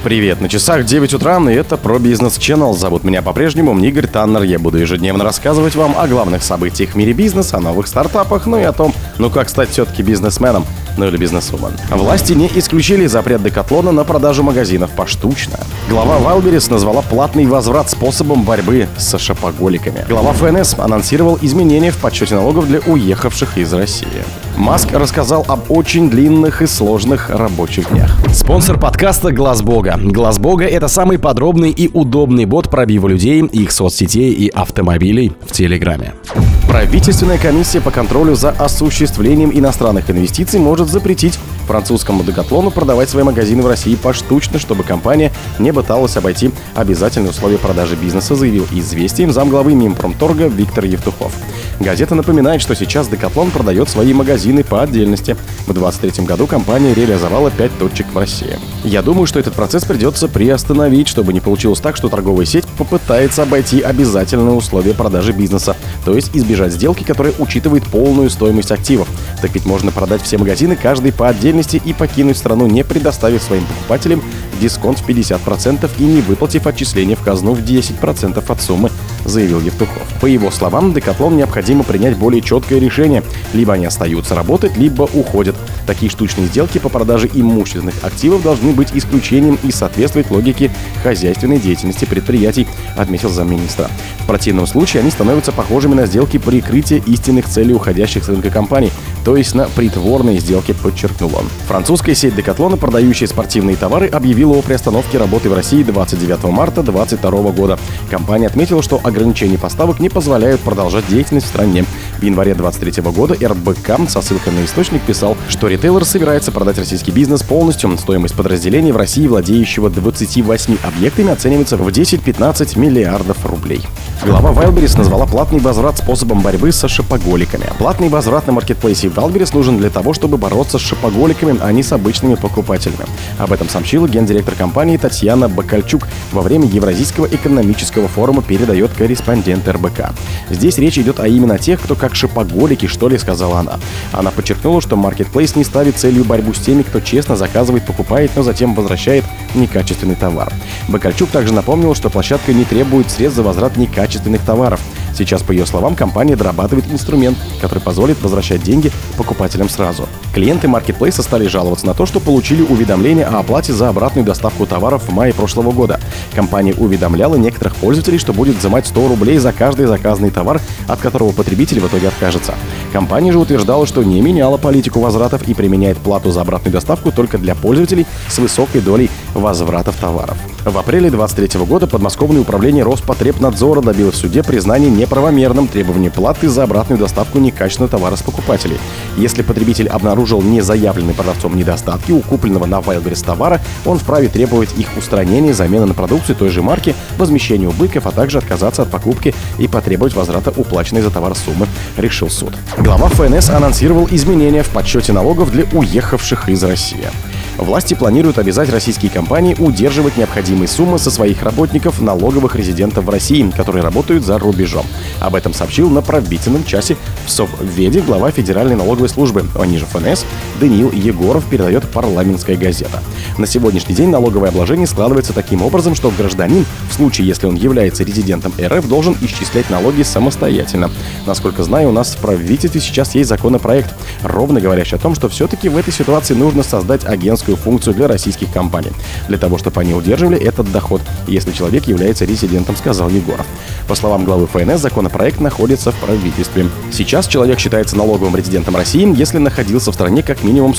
Привет, на часах 9 утра, и это про Business Channel. Зовут меня по-прежнему Игорь Таннер. Я буду ежедневно рассказывать вам о главных событиях в мире бизнеса, о новых стартапах, и о том, как стать все-таки бизнесменом, или бизнесвумен. Власти не исключили запрет Декатлона на продажу магазинов поштучно. Глава Wildberries назвала платный возврат способом борьбы с шопоголиками. Глава ФНС анонсировал изменения в подсчете налогов для уехавших из России. Маск рассказал об очень длинных и сложных рабочих днях. Спонсор подкаста — Глаз Бога. Глаз Бога — это самый подробный и удобный бот пробива людей, их соцсетей и автомобилей в Телеграме. Правительственная комиссия по контролю за осуществлением иностранных инвестиций может запретить французскому Декатлону продавать свои магазины в России поштучно, чтобы компания не пыталась обойти обязательные условия продажи бизнеса, заявил «Известиям» замглавы Минпромторга Виктор Евтухов. Газета напоминает, что сейчас Декатлон продает свои магазины по отдельности. В 2023 году компания реализовала 5 точек в России. Я думаю, что этот процесс придется приостановить, чтобы не получилось так, что торговая сеть попытается обойти обязательные условия продажи бизнеса, то есть избежать сделки, которая учитывает полную стоимость активов. Так ведь можно продать все магазины, каждый по отдельности, и покинуть страну, не предоставив своим покупателям дисконт в 50% и не выплатив отчисления в казну в 10% от суммы, заявил Евтухов. По его словам, Декатлон необходимо принять более четкое решение. Либо они остаются работать, либо уходят. Такие штучные сделки по продаже имущественных активов должны быть исключением и соответствовать логике хозяйственной деятельности предприятий, отметил замминистра. В противном случае они становятся похожими на сделки прикрытия истинных целей уходящих с рынка компаний, то есть на притворные сделки, подчеркнул он. Французская сеть Декатлона, продающая спортивные товары, объявила о приостановке работы в России 29 марта 2022 года. Компания отметила, что ограничения поставок не позволяют продолжать деятельность в стране. В январе 2023 года РБК со ссылкой на источник писал, что ритейлер собирается продать российский бизнес полностью. Стоимость подразделения в России, владеющего 28 объектами, оценивается в 10-15 миллиардов рублей. Глава Wildberries назвала платный возврат способом борьбы со шопоголиками. Платный возврат на маркетплейсе Wildberries нужен для того, чтобы бороться с шопоголиками, а не с обычными покупателями. Об этом сообщила гендиректор компании Татьяна Бакальчук во время Евразийского экономического форума, передает корреспондент РБК. Здесь речь идет именно о тех, кто как шопоголики, что ли, сказала она. Она подчеркнула, что маркетплейс не ставит целью борьбу с теми, кто честно заказывает, покупает, но затем возвращает некачественный товар. Бакальчук также напомнила, что площадка не требует средств за возврат некачественных товаров. Сейчас, по ее словам, компания дорабатывает инструмент, который позволит возвращать деньги покупателям сразу. Клиенты маркетплейса стали жаловаться на то, что получили уведомление о оплате за обратную доставку товаров в мае прошлого года. Компания уведомляла некоторых пользователей, что будет взимать 100 рублей за каждый заказанный товар, от которого потребитель в итоге откажется. Компания же утверждала, что не меняла политику возвратов и применяет плату за обратную доставку только для пользователей с высокой долей возвратов товаров. В апреле 2023 года подмосковное управление Роспотребнадзора добилось в суде признания неправомерным требования платы за обратную доставку некачественного товара с покупателей. Если потребитель обнаружил незаявленный продавцом недостатки у купленного на Wildberries товара, он вправе требовать их устранения, замены на продукцию той же марки, возмещения убытков, а также отказаться от покупки и потребовать возврата уплаченной за товар суммы, решил суд. Глава ФНС анонсировал изменения в подсчете налогов для уехавших из России. Власти планируют обязать российские компании удерживать необходимые суммы со своих работников, налоговых резидентов в России, которые работают за рубежом. Об этом сообщил на правительственном часе в Совведе глава Федеральной налоговой службы, ниже ФНС, Даниил Егоров, передает «Парламентская газета». На сегодняшний день налоговое обложение складывается таким образом, что гражданин, в случае, если он является резидентом РФ, должен исчислять налоги самостоятельно. Насколько знаю, у нас в правительстве сейчас есть законопроект, ровно говорящий о том, что все-таки в этой ситуации нужно создать агентскую функцию для российских компаний, для того, чтобы они удерживали этот доход, если человек является резидентом, сказал Егоров. По словам главы ФНС, законопроект находится в правительстве. Сейчас человек считается налоговым резидентом России, если находился в стране как минимум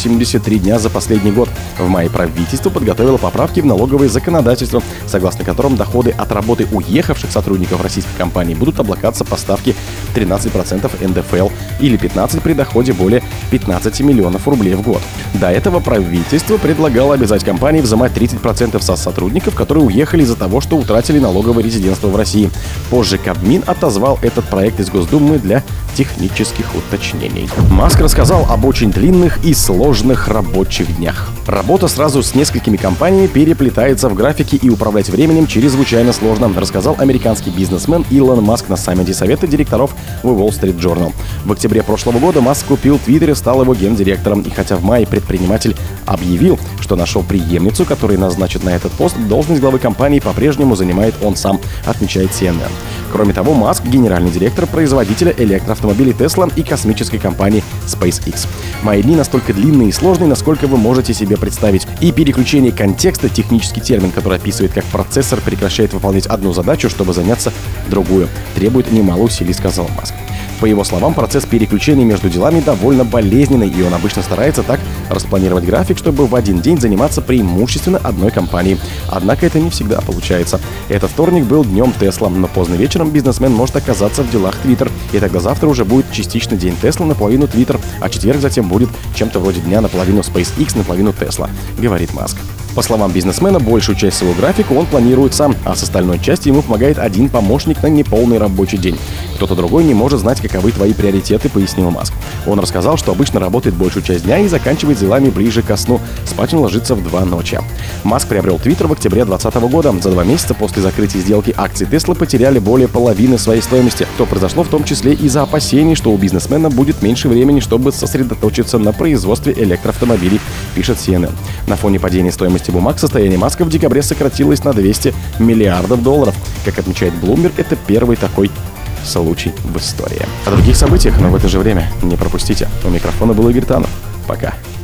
183 дня за последний год. В мае правительство подготовило поправки в налоговое законодательство, согласно которым доходы от работы уехавших сотрудников российских компаний будут облагаться по ставке 13% НДФЛ или 15% при доходе более 15 миллионов рублей в год. До этого правительство предлагало обязать компании взимать 30% со сотрудников, которые уехали из-за того, что утратили налоговое резидентство в России. Позже Кабмин отозвал этот проект из Госдумы для технических уточнений. Маск рассказал об очень длинных и сложных рабочих днях. Работа сразу с несколькими компаниями переплетается в графике, и управлять временем чрезвычайно сложно, рассказал американский бизнесмен Илон Маск на саммите совета директоров в Wall Street Journal. В октябре прошлого года Маск купил Twitter и стал его гендиректором. И хотя в мае предприниматель объявил, что нашел преемницу, которая назначит на этот пост, должность главы компании по-прежнему занимает он сам, отмечает CNN. Кроме того, Маск — генеральный директор производителя электроавтомобилей Tesla и космической компании SpaceX. Мои дни настолько длинные и сложные, насколько вы можете себе представить. И переключение контекста — технический термин, который описывает, как процессор прекращает выполнять одну задачу, чтобы заняться другую. Требует немало усилий, сказал Маск. По его словам, процесс переключения между делами довольно болезненный, и он обычно старается так распланировать график, чтобы в один день заниматься преимущественно одной компанией. Однако это не всегда получается. Этот вторник был днем Tesla, но поздно вечером бизнесмен может оказаться в делах Twitter, и тогда завтра уже будет частично день Tesla, наполовину Twitter, а четверг затем будет чем-то вроде дня наполовину SpaceX, наполовину Tesla, говорит Маск. По словам бизнесмена, большую часть своего графика он планирует сам, а с остальной частью ему помогает один помощник на неполный рабочий день. Кто-то другой не может знать, каковы твои приоритеты, пояснил Маск. Он рассказал, что обычно работает большую часть дня и заканчивает делами ближе ко сну. Спать он ложится в 2 ночи. Маск приобрел Twitter в октябре 2020 года. За 2 месяца после закрытия сделки акции Tesla потеряли более половины своей стоимости. То произошло в том числе из-за опасений, что у бизнесмена будет меньше времени, чтобы сосредоточиться на производстве электроавтомобилей, пишет CNN. На фоне падения стоимости бумаг состояние Маска в декабре сократилось на $200 миллиардов. Как отмечает Bloomberg, это первый такой случай в истории. О других событиях, но в это же время не пропустите. У микрофона был Игорь Таннер. Пока.